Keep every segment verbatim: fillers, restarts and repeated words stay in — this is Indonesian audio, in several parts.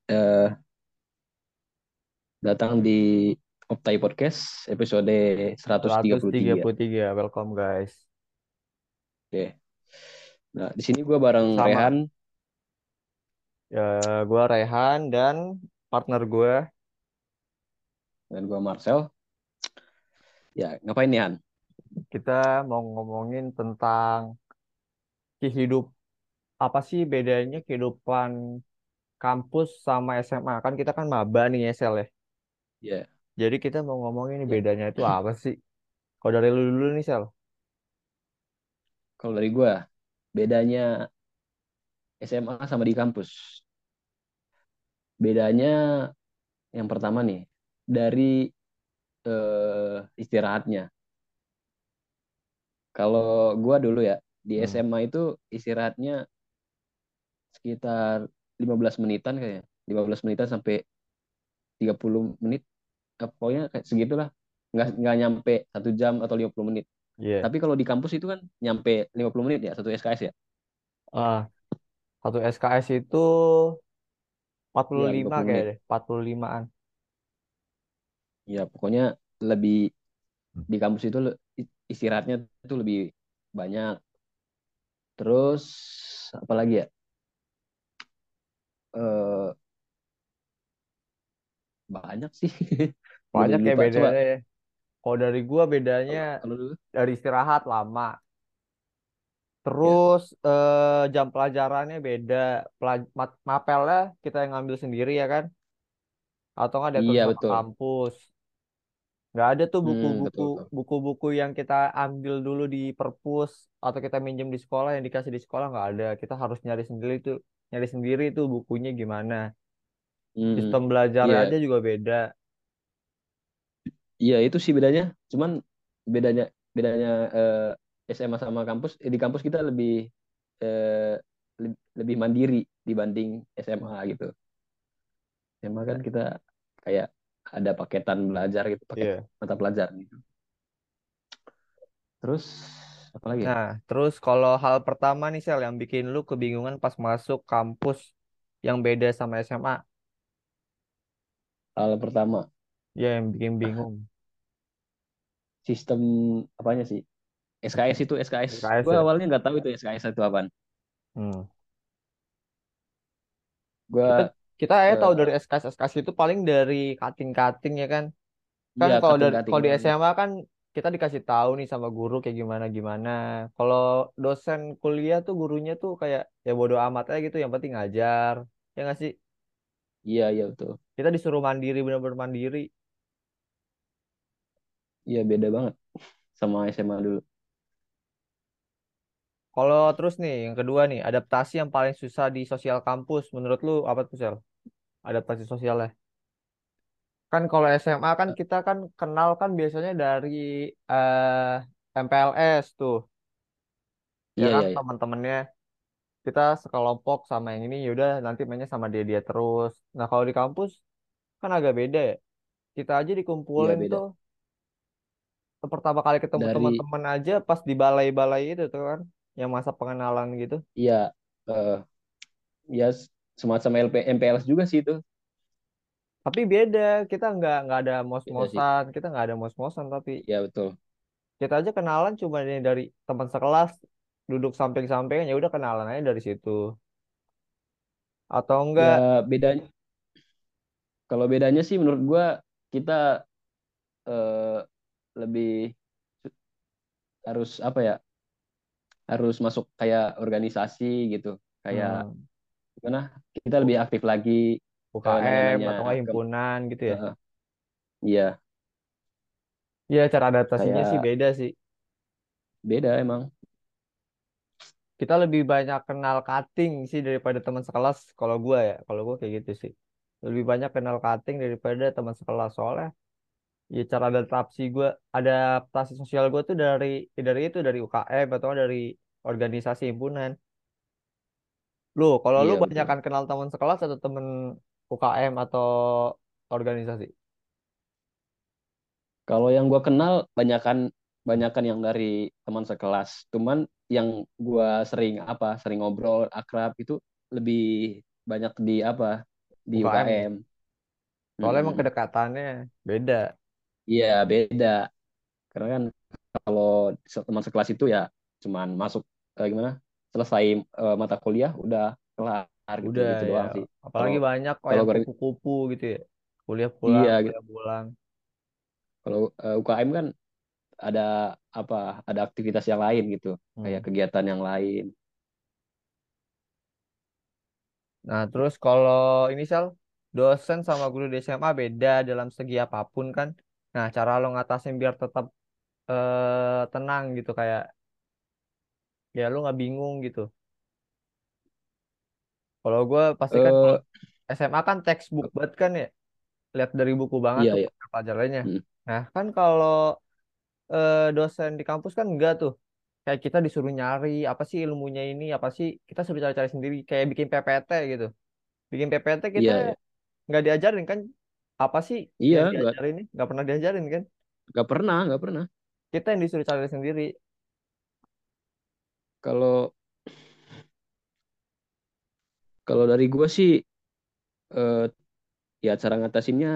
eh, datang di Optai Podcast episode seratus tiga puluh tiga. seratus tiga puluh tiga, welcome guys. Oke. Nah, di sini gue bareng Sama Rehan ya, gue Rehan dan partner gue. dan gue Marcel. Ya, ngapain nih Han? Kita mau ngomongin tentang kehidup apa sih bedanya kehidupan kampus sama S M A. Kan kita kan maba nih ya, Sel ya. Ya, Jadi kita mau ngomongin nih ya. bedanya itu apa sih? Kalau dari lu dulu nih, Sel. Kalau dari gue, bedanya S M A sama di kampus. Bedanya yang pertama nih, dari eh, istirahatnya. Kalau gue dulu ya, di Hmm. S M A itu istirahatnya sekitar lima belas menitan kayaknya. Lima belas menitan sampai tiga puluh menit. Eh, pokoknya kayak segitulah. Nggak, nggak nyampe satu jam atau lima puluh menit. Iya. Tapi kalau di kampus itu kan nyampe lima puluh menit ya, satu S K S ya. Ah, satu S K S itu empat puluh Iya, lima lima puluh kayak menit. deh, empat puluh limaan. Ya, pokoknya lebih di kampus itu le- istirahatnya itu lebih banyak. Terus apa lagi ya? Eh banyak sih. Gue Banyak jadi ya lupa. Coba bedanya ya. Kalau dari gua bedanya kalau kalau dulu dari istirahat lama. ya. Terus eh, jam pelajarannya beda. Pelaj- mat- mapelnya kita yang ngambil sendiri ya kan? Atau nggak diatur Iya, sama betul. kampus. Nggak ada tuh Hmm, buku-buku betul betul. buku-buku yang kita ambil dulu di perpus atau kita minjem di sekolah yang dikasih di sekolah nggak ada. Kita harus nyari sendiri tuh, nyari sendiri tuh bukunya gimana. Hmm, hmm. Sistem belajarnya Iya, aja juga beda. iya itu sih bedanya. Cuman bedanya bedanya eh, S M A sama kampus, eh, di kampus kita lebih eh, le- lebih mandiri dibanding S M A gitu. S M A kan kita kayak ada paketan belajar gitu, paket Iya. mata pelajaran gitu. Terus apa lagi ya? Nah, terus kalau hal pertama nih Sel yang bikin lu kebingungan pas masuk kampus yang beda sama S M A, Hal pertama, ya yang bikin ah, bingung. sistem apanya sih? S K S itu S K S. S K S Gue ya. awalnya nggak tahu itu S K S itu apaan. Hmm. Kita Gue kita ya tahu eh, dari S K S S K S itu paling dari cutting-cutting ya kan. Kan iya kalau dari cutting-cutting kalau di doang. S M A kan kita dikasih tahu nih sama guru kayak gimana gimana. Kalau dosen kuliah tuh gurunya tuh kayak ya bodo amat aja gitu, yang penting ngajar. Ya nggak sih? Iya, iya betul. Kita disuruh mandiri, benar-benar mandiri. Iya beda banget sama S M A dulu. Kalau terus nih, yang kedua nih, adaptasi yang paling susah di sosial kampus, menurut lu apa tuh, Sel? Adaptasi sosialnya. Kan kalau S M A kan kita kan kenal kan biasanya dari eh, M P L S tuh, ya Iya, kan iya, iya. teman-temannya. Kita sekelompok sama yang ini, yaudah nanti mainnya sama dia-dia terus. Nah kalau di kampus kan agak beda ya. Kita aja Iya dikumpulin beda. tuh, pertama kali ketemu Dari teman-teman aja pas di balai-balai itu tuh kan, yang masa pengenalan gitu. iya eh, ya semacam L P, M P L S juga sih itu. Tapi beda, kita nggak nggak ada Beda sih. mos-mosan, kita nggak ada mos-mosan, tapi Iya betul. kita aja kenalan cuma ini dari teman sekelas, duduk samping-sampingan ya udah kenalan aja dari situ. Atau enggak, Ya bedanya, kalau bedanya sih menurut gua kita eh, lebih harus apa ya? Harus masuk kayak organisasi gitu. Kayak hmm, gimana? Kita lebih aktif lagi eh, U K M nanya-nanya atau enggak ke himpunan gitu ya. eh, iya Ya cara adaptasinya sih kayak beda sih. beda emang. Kita lebih banyak kenal cutting sih daripada teman sekelas. Kalau gua ya, kalau gua kayak gitu sih. Lebih banyak kenal cutting daripada teman sekelas, soalnya ya cara adaptasi gua, adaptasi sosial gua tuh dari dari itu dari U K M atau dari organisasi himpunan. Lu, kalau lu Iya betul. banyakan kenal teman sekelas atau temen U K M atau organisasi? Kalau yang gue kenal banyakan banyakan yang dari teman sekelas. Cuman yang gue sering apa sering ngobrol akrab itu lebih banyak di apa di U K M ya. U K M. Soalnya emang Mm-mm. kedekatannya beda. Iya beda. Karena kan kalau se- teman sekelas itu ya cuman masuk eh, gimana selesai eh, mata kuliah udah kelar gitu Udah gitu ya. doang sih. Kalau Apalagi banyak kok kalau yang goreng kupu-kupu gitu ya. Kuliah pulang, iya gitu. kuliah pulang. Kalau eh, U K M kan ada apa? Ada aktivitas yang lain gitu, kayak Hmm. kegiatan yang lain. Nah, terus kalau ini Sal, dosen sama guru di S M A beda dalam segi apapun kan. Nah, cara lo ngatasin biar tetap eh, tenang gitu kayak ya lu nggak bingung gitu. Kalau gue pasti kan kalau Eh S M A kan textbook banget kan ya, lihat dari buku banget iya tuh ya. pelajarannya. Nah, kan kalau eh, dosen di kampus kan enggak tuh. Kayak kita disuruh nyari apa sih ilmunya ini, apa sih kita suruh cari-cari sendiri. Kayak bikin P P T gitu. Bikin P P T kita Iya ya. nggak diajarin kan apa sih Iya yang nggak diajarin ini? Nggak pernah diajarin kan? nggak pernah nggak pernah. Kita yang disuruh cari sendiri. Kalau kalau dari gue sih eh, ya cara ngatasinnya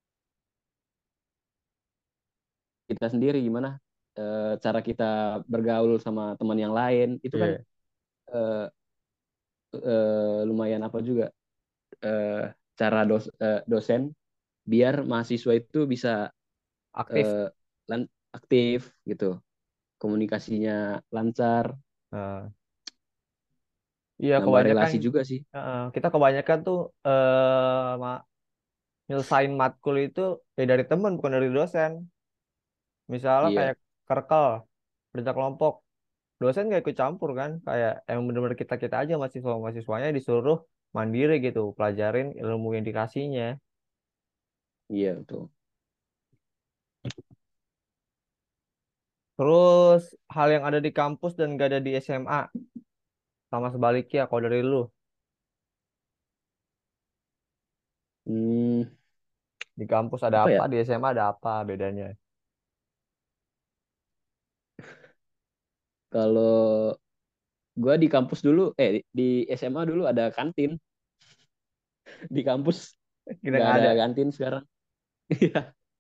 kita sendiri gimana eh, cara kita bergaul sama teman yang lain itu kan Iya, eh, eh, lumayan apa juga eh, cara dos, eh, dosen biar mahasiswa itu bisa aktif. eh, lan- aktif gitu, komunikasinya lancar, Nah, iya nambah kebanyakan relasi juga sih. eh, kita kebanyakan tuh eh ma- nyelesain matkul itu ya dari temen bukan dari dosen. Misalnya Iya, kayak kerkel, kerja kelompok, dosen nggak ikut campur kan? Kayak yang bener-bener kita kita aja mahasiswa mahasiswanya disuruh mandiri gitu, pelajarin ilmu yang dikasihnya. iya betul. Terus hal yang ada di kampus dan gak ada di S M A, sama sebaliknya kalau dari lu Hmm, di kampus ada apa apa, ya? di S M A ada apa bedanya? Kalau gua di kampus dulu, eh di, di S M A dulu ada kantin, di kampus Kita nggak nggak ada ada. kantin sekarang. Iya,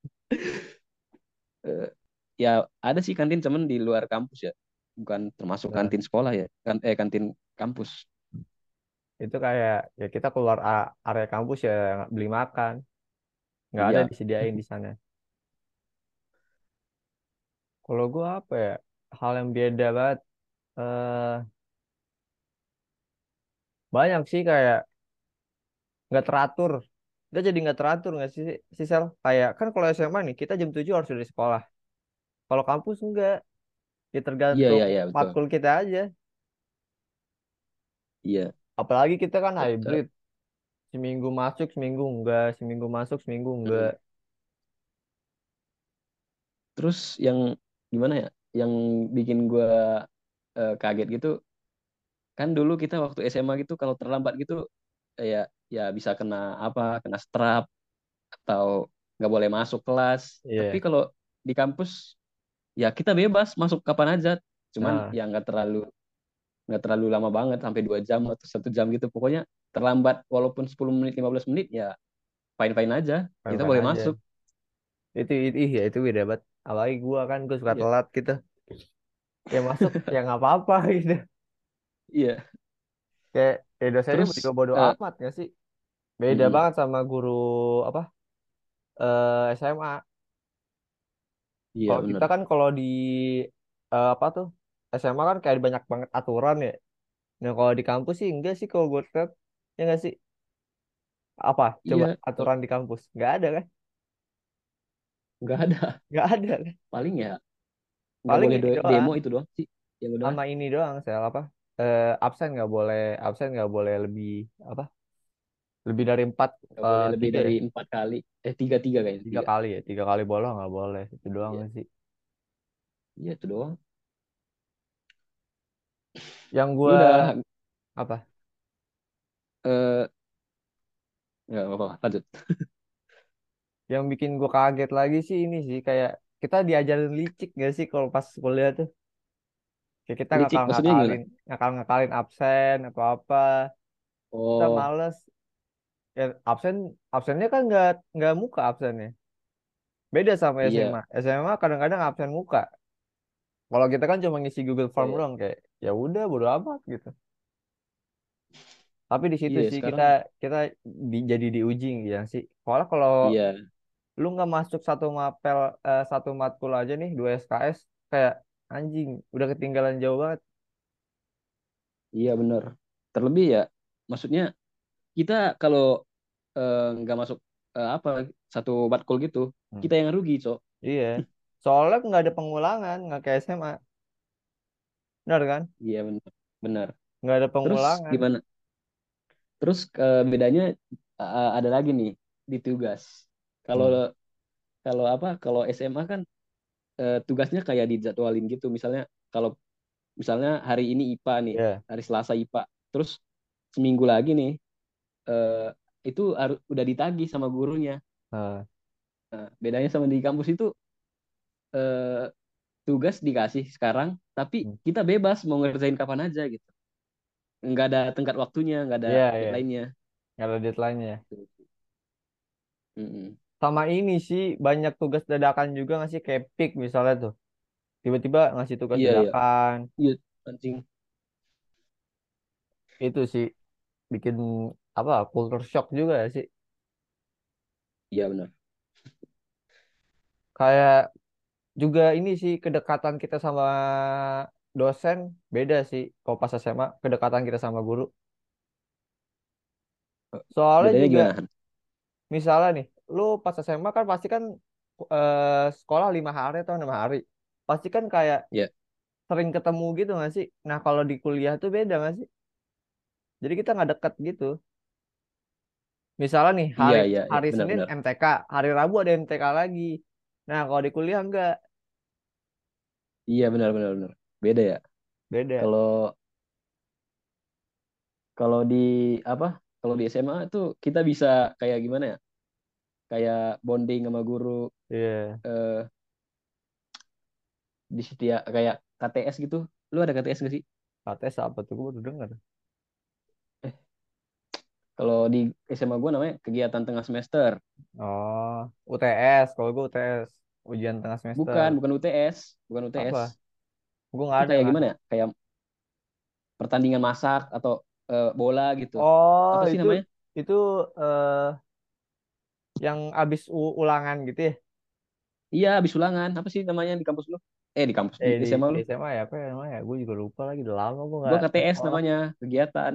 eh, ya ada sih kantin cuman di luar kampus ya, bukan termasuk Nah, kantin sekolah ya, kan eh kantin kampus. itu kayak ya kita keluar a- area kampus ya beli makan, nggak ada Iya. disediain di sana. Kalau gua apa ya, hal yang beda banget eh banyak sih kayak nggak teratur. Kita jadi nggak teratur nggak sih, sih Sel? Kayak kan kalau S M A nih kita jam tujuh harus udah di sekolah. Kalau kampus enggak, ya Iya, tergantung iya, iya, betul. matkul kita aja. Iya. Apalagi kita kan Ter- ter- hybrid, seminggu masuk, seminggu enggak, seminggu masuk, seminggu enggak. mm. Terus yang gimana ya? Yang bikin gue eh, kaget gitu, kan dulu kita waktu S M A gitu kalau terlambat gitu ya ya bisa kena apa? Kena strap atau nggak boleh masuk kelas. Tapi Iya. kalau di kampus ya kita bebas masuk kapan aja. Cuman Nah, ya nggak terlalu nggak terlalu lama banget sampai dua jam atau satu jam gitu. Pokoknya terlambat walaupun sepuluh menit lima belas menit ya fine fine aja. Kita fine-fine boleh aja. masuk. Itu, itu, ih, ya itu beda banget. Apalagi gua kan, gua suka Iya. telat gitu. Ya masuk, ya nggak apa-apa gitu. Iya. Kayak, ya dosennya juga Terus bodo eh, amat nggak sih? Beda mm-mm. banget sama guru apa eh, S M A. Iya Kalau kita benar. kan kalau di eh, apa tuh S M A kan kayak banyak banget aturan ya. Nah kalau di kampus sih enggak sih kalau gue lihat, ya enggak sih? Apa? Coba Iya, aturan di kampus? Nggak ada kan? nggak ada. Nggak ada kan? Paling ya nggak Paling boleh ini do- demo doang, itu doang sih. Yang udah sama ini doang saya apa? Eh, absen nggak boleh, absen nggak boleh lebih apa? Lebih dari empat, nggak boleh eh, lebih tiga ya, dari empat kali. Eh tiga tiga kayaknya tiga tiga. kali ya, tiga kali bolos nggak boleh. Itu doang Iya, sih. iya itu doang. Yang Lu gue udah apa? eh nggak apa-apa lanjut. Yang bikin gue kaget lagi sih ini sih kayak kita diajarin licik gak sih kalau pas kuliah tuh? Kayak kita Licik maksudnya gimana? ngakal-ngakalin, ngakal-ngakalin absen atau apa. Kita Oh males. Ya, absen absennya kan nggak nggak muka absennya. Beda sama Iya, S M A. S M A kadang-kadang absen muka. Kalau kita kan cuma ngisi Google iya, Form iya. doang kayak ya udah bodo amat gitu. Tapi di situ Iya, sih kita sekarang kita di- jadi diuji ya sih. Soalnya kalau iya, lu nggak masuk satu mapel eh, satu matkul aja nih dua S K S kayak anjing udah ketinggalan jauh banget. iya bener. Terlebih ya, maksudnya kita kalau eh, nggak masuk eh, apa satu matkul gitu, Hmm. kita yang rugi, Cok. Iya. Soalnya nggak ada pengulangan, nggak kayak S M A. Benar kan? Iya bener, bener. Nggak ada Terus pengulangan. gimana? Terus eh, bedanya eh, ada lagi nih di tugas. Kalau Hmm. kalau apa? Kalau S M A kan eh, tugasnya kayak dijadwalin gitu. Misalnya kalau misalnya hari ini I P A nih, Ya. hari Selasa I P A. Terus seminggu lagi nih eh, itu harus udah ditagih sama gurunya. Nah. Nah, bedanya sama di kampus itu eh, tugas dikasih sekarang, tapi Hmm. kita bebas mau ngerjain kapan aja gitu. Nggak ada tenggat waktunya, nggak ada Iya, iya. deadline-nya. Nggak ada deadline-nya. Mm-mm. Sama ini sih banyak tugas dadakan juga nggak sih kayak P I K misalnya tuh. Tiba-tiba ngasih tugas Iya, iya. dadakan. Iya, anjing. Itu sih bikin apa culture shock juga ya sih. Iya benar. Kayak juga ini sih kedekatan kita sama dosen beda sih. Kalau pas S M A kedekatan kita sama guru. Soalnya Bedanya juga gimana, Han? misalnya nih, lu pas S M A kan pasti kan eh, sekolah lima hari atau enam hari. Pasti kan kayak Ya, sering ketemu gitu nggak sih? Nah kalau di kuliah tuh beda nggak sih? Jadi kita nggak deket gitu. Misalnya nih iya, hari iya, iya, hari Senin benar-benar. M T K, hari Rabu ada M T K lagi. Nah kalau di kuliah enggak, Iya, benar-benar, benar. Beda ya. beda. Kalau kalau di apa? Kalau di S M A tuh kita bisa kayak gimana ya? Kayak bonding sama guru Iya, eh, di setiap kayak K T S gitu. Lu ada K T S nggak sih? K T S apa tuh? Gue baru denger. Eh, kalau di S M A gue namanya kegiatan tengah semester. Oh, U T S. Kalau gue U T S, ujian tengah semester. Bukan, bukan U T S, bukan U T S. Apa? Gue nggak Itu ada, kayak nggak ada. gimana ya? Kayak pertandingan masak atau eh, bola gitu. Oh, Apa sih itu namanya? itu eh, yang abis u- ulangan gitu ya? Iya, habis ulangan. Apa sih namanya di kampus lu? Eh, di kampus di Eh di, S M A di lu? S M A ya apa ya namanya? Gue juga lupa lagi. Udah lama gue Gua nggak nggak K T S sekolah. namanya, kegiatan.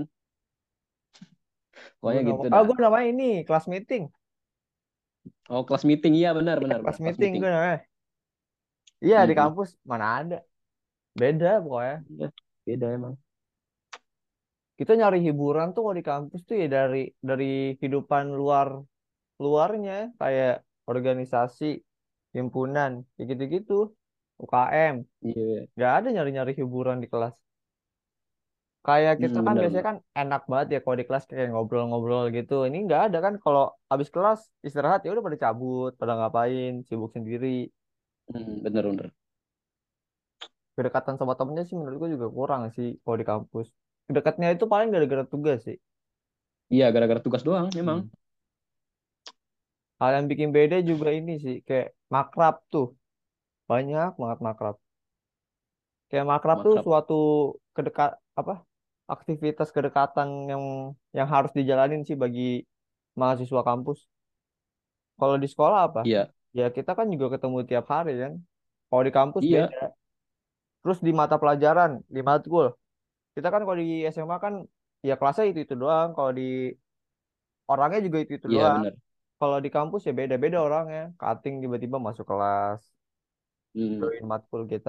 Gue Pokoknya nama, gitu ah dah. gue namanya ini kelas meeting. Oh, kelas meeting. Iya, benar, Ya, benar, benar. kelas Kelas meeting meeting. gue namanya. Iya di Mm-mm. kampus mana ada. Beda pokoknya. Iya, beda emang. Kita nyari hiburan tuh kalau di kampus tuh ya dari dari kehidupan luar luarnya kayak organisasi, himpunan, kayak gitu-gitu, U K M. Iya, Gak ada nyari-nyari hiburan di kelas. Kayak kita mm, kan benar, biasanya benar. kan enak banget ya kalau di kelas kayak ngobrol-ngobrol gitu. Ini nggak ada kan kalau habis kelas istirahat ya udah pada cabut, pada ngapain, sibuk sendiri. Mm, benar, benar. Kedekatan sama temennya sih menurut gue juga kurang sih kalau di kampus. Kedekatnya itu paling gara-gara tugas sih. Iya, gara-gara tugas doang, memang. Hmm. Hal yang bikin beda juga ini sih kayak makrab tuh banyak banget makrab. Kayak makrab tuh Makrab. suatu kedekat apa aktivitas kedekatan yang yang harus dijalanin sih bagi mahasiswa kampus. Kalau di sekolah apa? Iya, Ya kita kan juga ketemu tiap hari kan. Kalau di kampus iya, beda. Terus di mata pelajaran, di matkul. Kita kan kalau di S M A kan ya kelasnya itu itu doang. Kalau di orangnya juga itu itu iya, doang. benar. Kalau di kampus ya beda-beda orangnya. Cutting tiba-tiba masuk kelas, Mm. join matkul kita.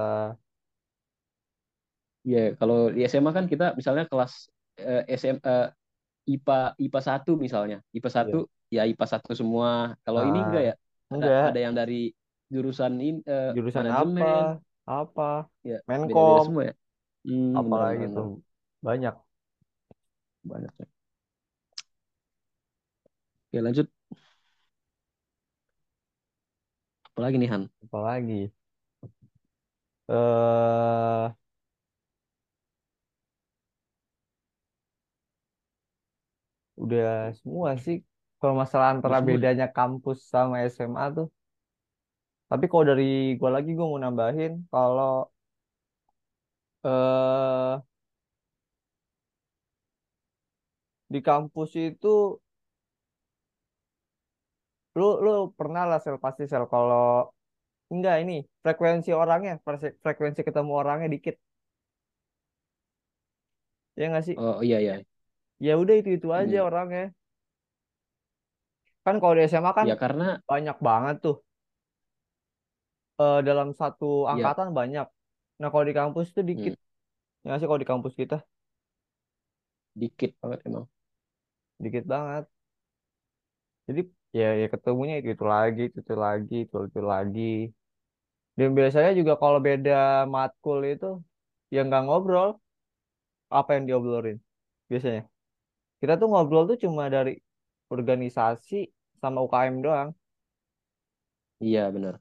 Iya, kalau di S M A kan kita misalnya kelas eh, S M A I P A I P A satu misalnya. I P A satu Iya. ya I P A satu semua. Kalau ini Nah, enggak ya? Ada ada enggak. yang dari jurusan in, eh, Jurusan apa? manajemen, Apa? ya beda-beda Menkom, semua ya. Hmm, benar, benar, apalagi benar. tuh. Banyak. Banyak ya. Oke, lanjut. Apalagi nih Han? Apalagi. Eh, udah semua sih. Kalau masalah antara Maksudnya, bedanya kampus sama S M A tuh. Tapi kalau dari gua lagi gua mau nambahin kalau eh di kampus itu lu lu pernah lah sel pasti sel kalau enggak ini frekuensi orangnya frekuensi frekuensi ketemu orangnya dikit ya nggak sih oh iya iya, ya udah itu itu aja hmm. orangnya kan kalau di S M A kan Ya karena banyak banget tuh eh, dalam satu ya, angkatan banyak nah kalau di kampus itu dikit hmm, ya nggak sih kalau di kampus kita dikit banget emang. dikit banget jadi ya ya ketemunya itu itu lagi itu itu lagi itu itu lagi dan biasanya juga kalau beda matkul itu ya nggak ngobrol apa yang diobrolin biasanya kita tuh ngobrol tuh cuma dari organisasi sama U K M doang. Iya benar.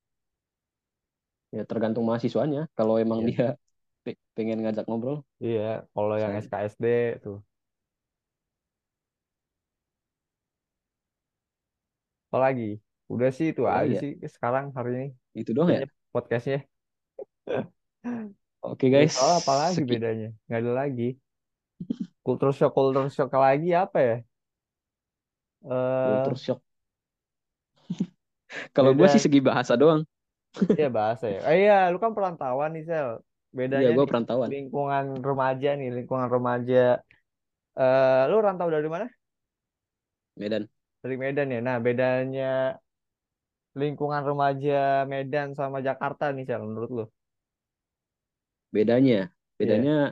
Ya tergantung mahasiswanya. Kalau emang Iya. dia pe- pengen ngajak ngobrol, Iya, kalau yang saya. S K S D tuh. Apalagi? Udah sih itu Apalagi aja ya, sih sekarang hari ini. itu doang ya. Kayaknya podcastnya. Oke Ya guys, soal apa lagi seki bedanya? Nggak ada lagi. Culture shock, culture shock lagi apa ya? culture Eh shock. Kalau gue sih beda, segi bahasa doang. ya bahasa ya. Eh iya, lu kan perantauan nih Sel. Iya Bedanya gue nih perantauan. lingkungan remaja nih, lingkungan remaja. Eh lu rantau dari mana? Medan. Dari Medan ya. Nah, bedanya lingkungan remaja Medan sama Jakarta nih Sel menurut lu? Bedanya, Iya. bedanya,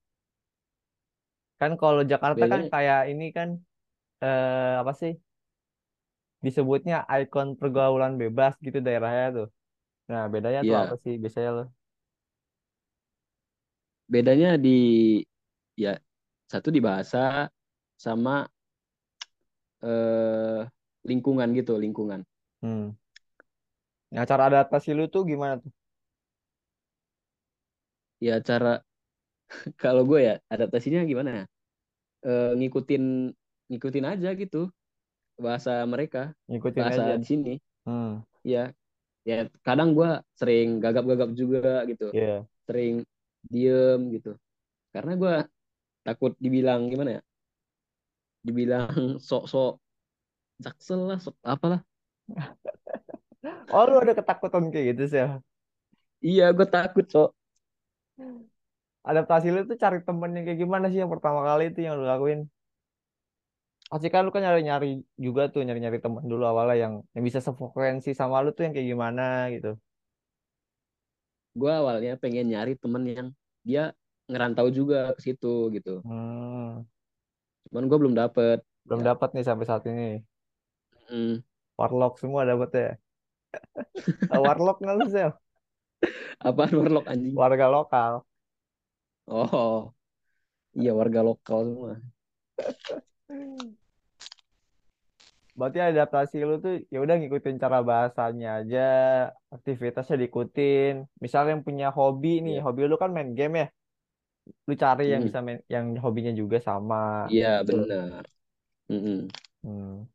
Kan kalau Jakarta kan bedanya. kayak ini kan eh, apa sih disebutnya ikon pergaulan bebas gitu daerahnya tuh. Nah, bedanya tuh apa Iya, sih biasanya lo? bedanya di ya satu di bahasa sama eh, lingkungan gitu, lingkungan. Hmm. Nah, cara adaptasi lu tuh gimana tuh? Ya cara kalau gue ya adaptasinya gimana ya? Eh, ngikutin ngikutin aja gitu bahasa mereka, Ngikutin bahasa aja. di sini. Hmm. Ya, ya kadang gue sering gagap-gagap juga gitu, Iya. sering diem gitu. Karena gue takut dibilang gimana ya? Dibilang sok-sok jaksel lah, sok apalah. Oh, lu ada ketakutan kayak gitu sih. Iya, gue takut sok. Adaptasi lu tuh cari temen yang kayak gimana sih yang pertama kali itu yang lu lakuin? Pasti kan lu kan nyari-nyari juga tuh, nyari-nyari temen dulu awalnya yang yang bisa sefrekuensi sama lu tuh yang kayak gimana gitu. Gue awalnya pengen nyari temen yang dia ngerantau juga ke situ gitu. Hmm. Cuman gue belum dapet. Belum Ya, dapat nih sampai saat ini. mm, Warlock semua dapetnya. Tahu warlock nggak lu, Sel? apaan warlock anjing? Warga lokal. Oh, iya warga lokal semua. Berarti adaptasi lu tuh ya udah ngikutin cara bahasanya aja, aktivitasnya diikutin. Misalnya yang punya hobi nih, Iya, hobi lu kan main game ya. Lu cari yang mm, bisa main, yang hobinya juga sama. iya Gitu. benar. Mm-mm. Hmm.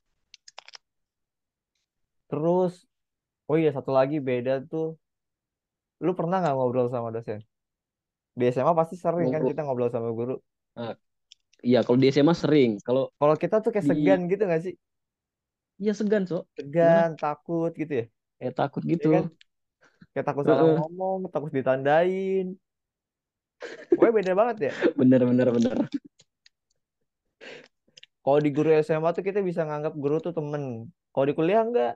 Terus, oh iya satu lagi beda tuh, lu pernah nggak ngobrol sama dosen? Di S M A pasti sering kan Ngobrol. kita ngobrol sama guru. Ah, iya kalau di S M A sering. Kalau Kalau kita tuh kayak di segan gitu nggak sih? iya segan so. Gimana? Segan, takut gitu ya. Eh takut Ya gitu. kan? Kayak takut salah Heeh. ngomong, takut ditandain. Pokoknya beda banget ya. Bener bener bener. Kalau di guru S M A tuh kita bisa nganggap guru tuh temen. Kalau di kuliah enggak.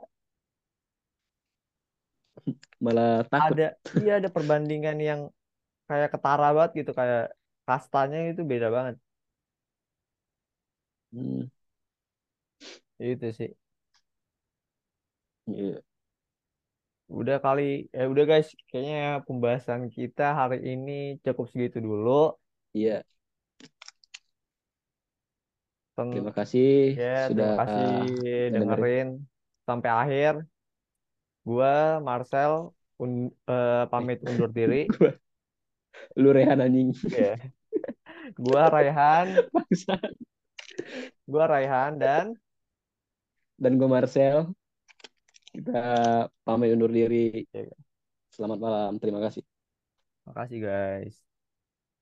Malah takut. Ada, iya ada perbandingan yang kayak ketara banget gitu. Kayak kastanya itu beda banget. Hmm, Itu sih. iya, Udah kali, ya udah guys. Kayaknya pembahasan kita hari ini cukup segitu dulu. iya. Ten- Terima kasih ya, sudah terima kasih ngedengerin. dengerin sampai akhir. Gua Marcel un- eh, Eh, pamit undur diri. gua, lu Rehan anjing. Ya, gua Raihan, Bangsa. gua Raihan dan dan gue Marcel. Kita pamit undur diri. Ya, Selamat malam. Terima kasih. makasih guys.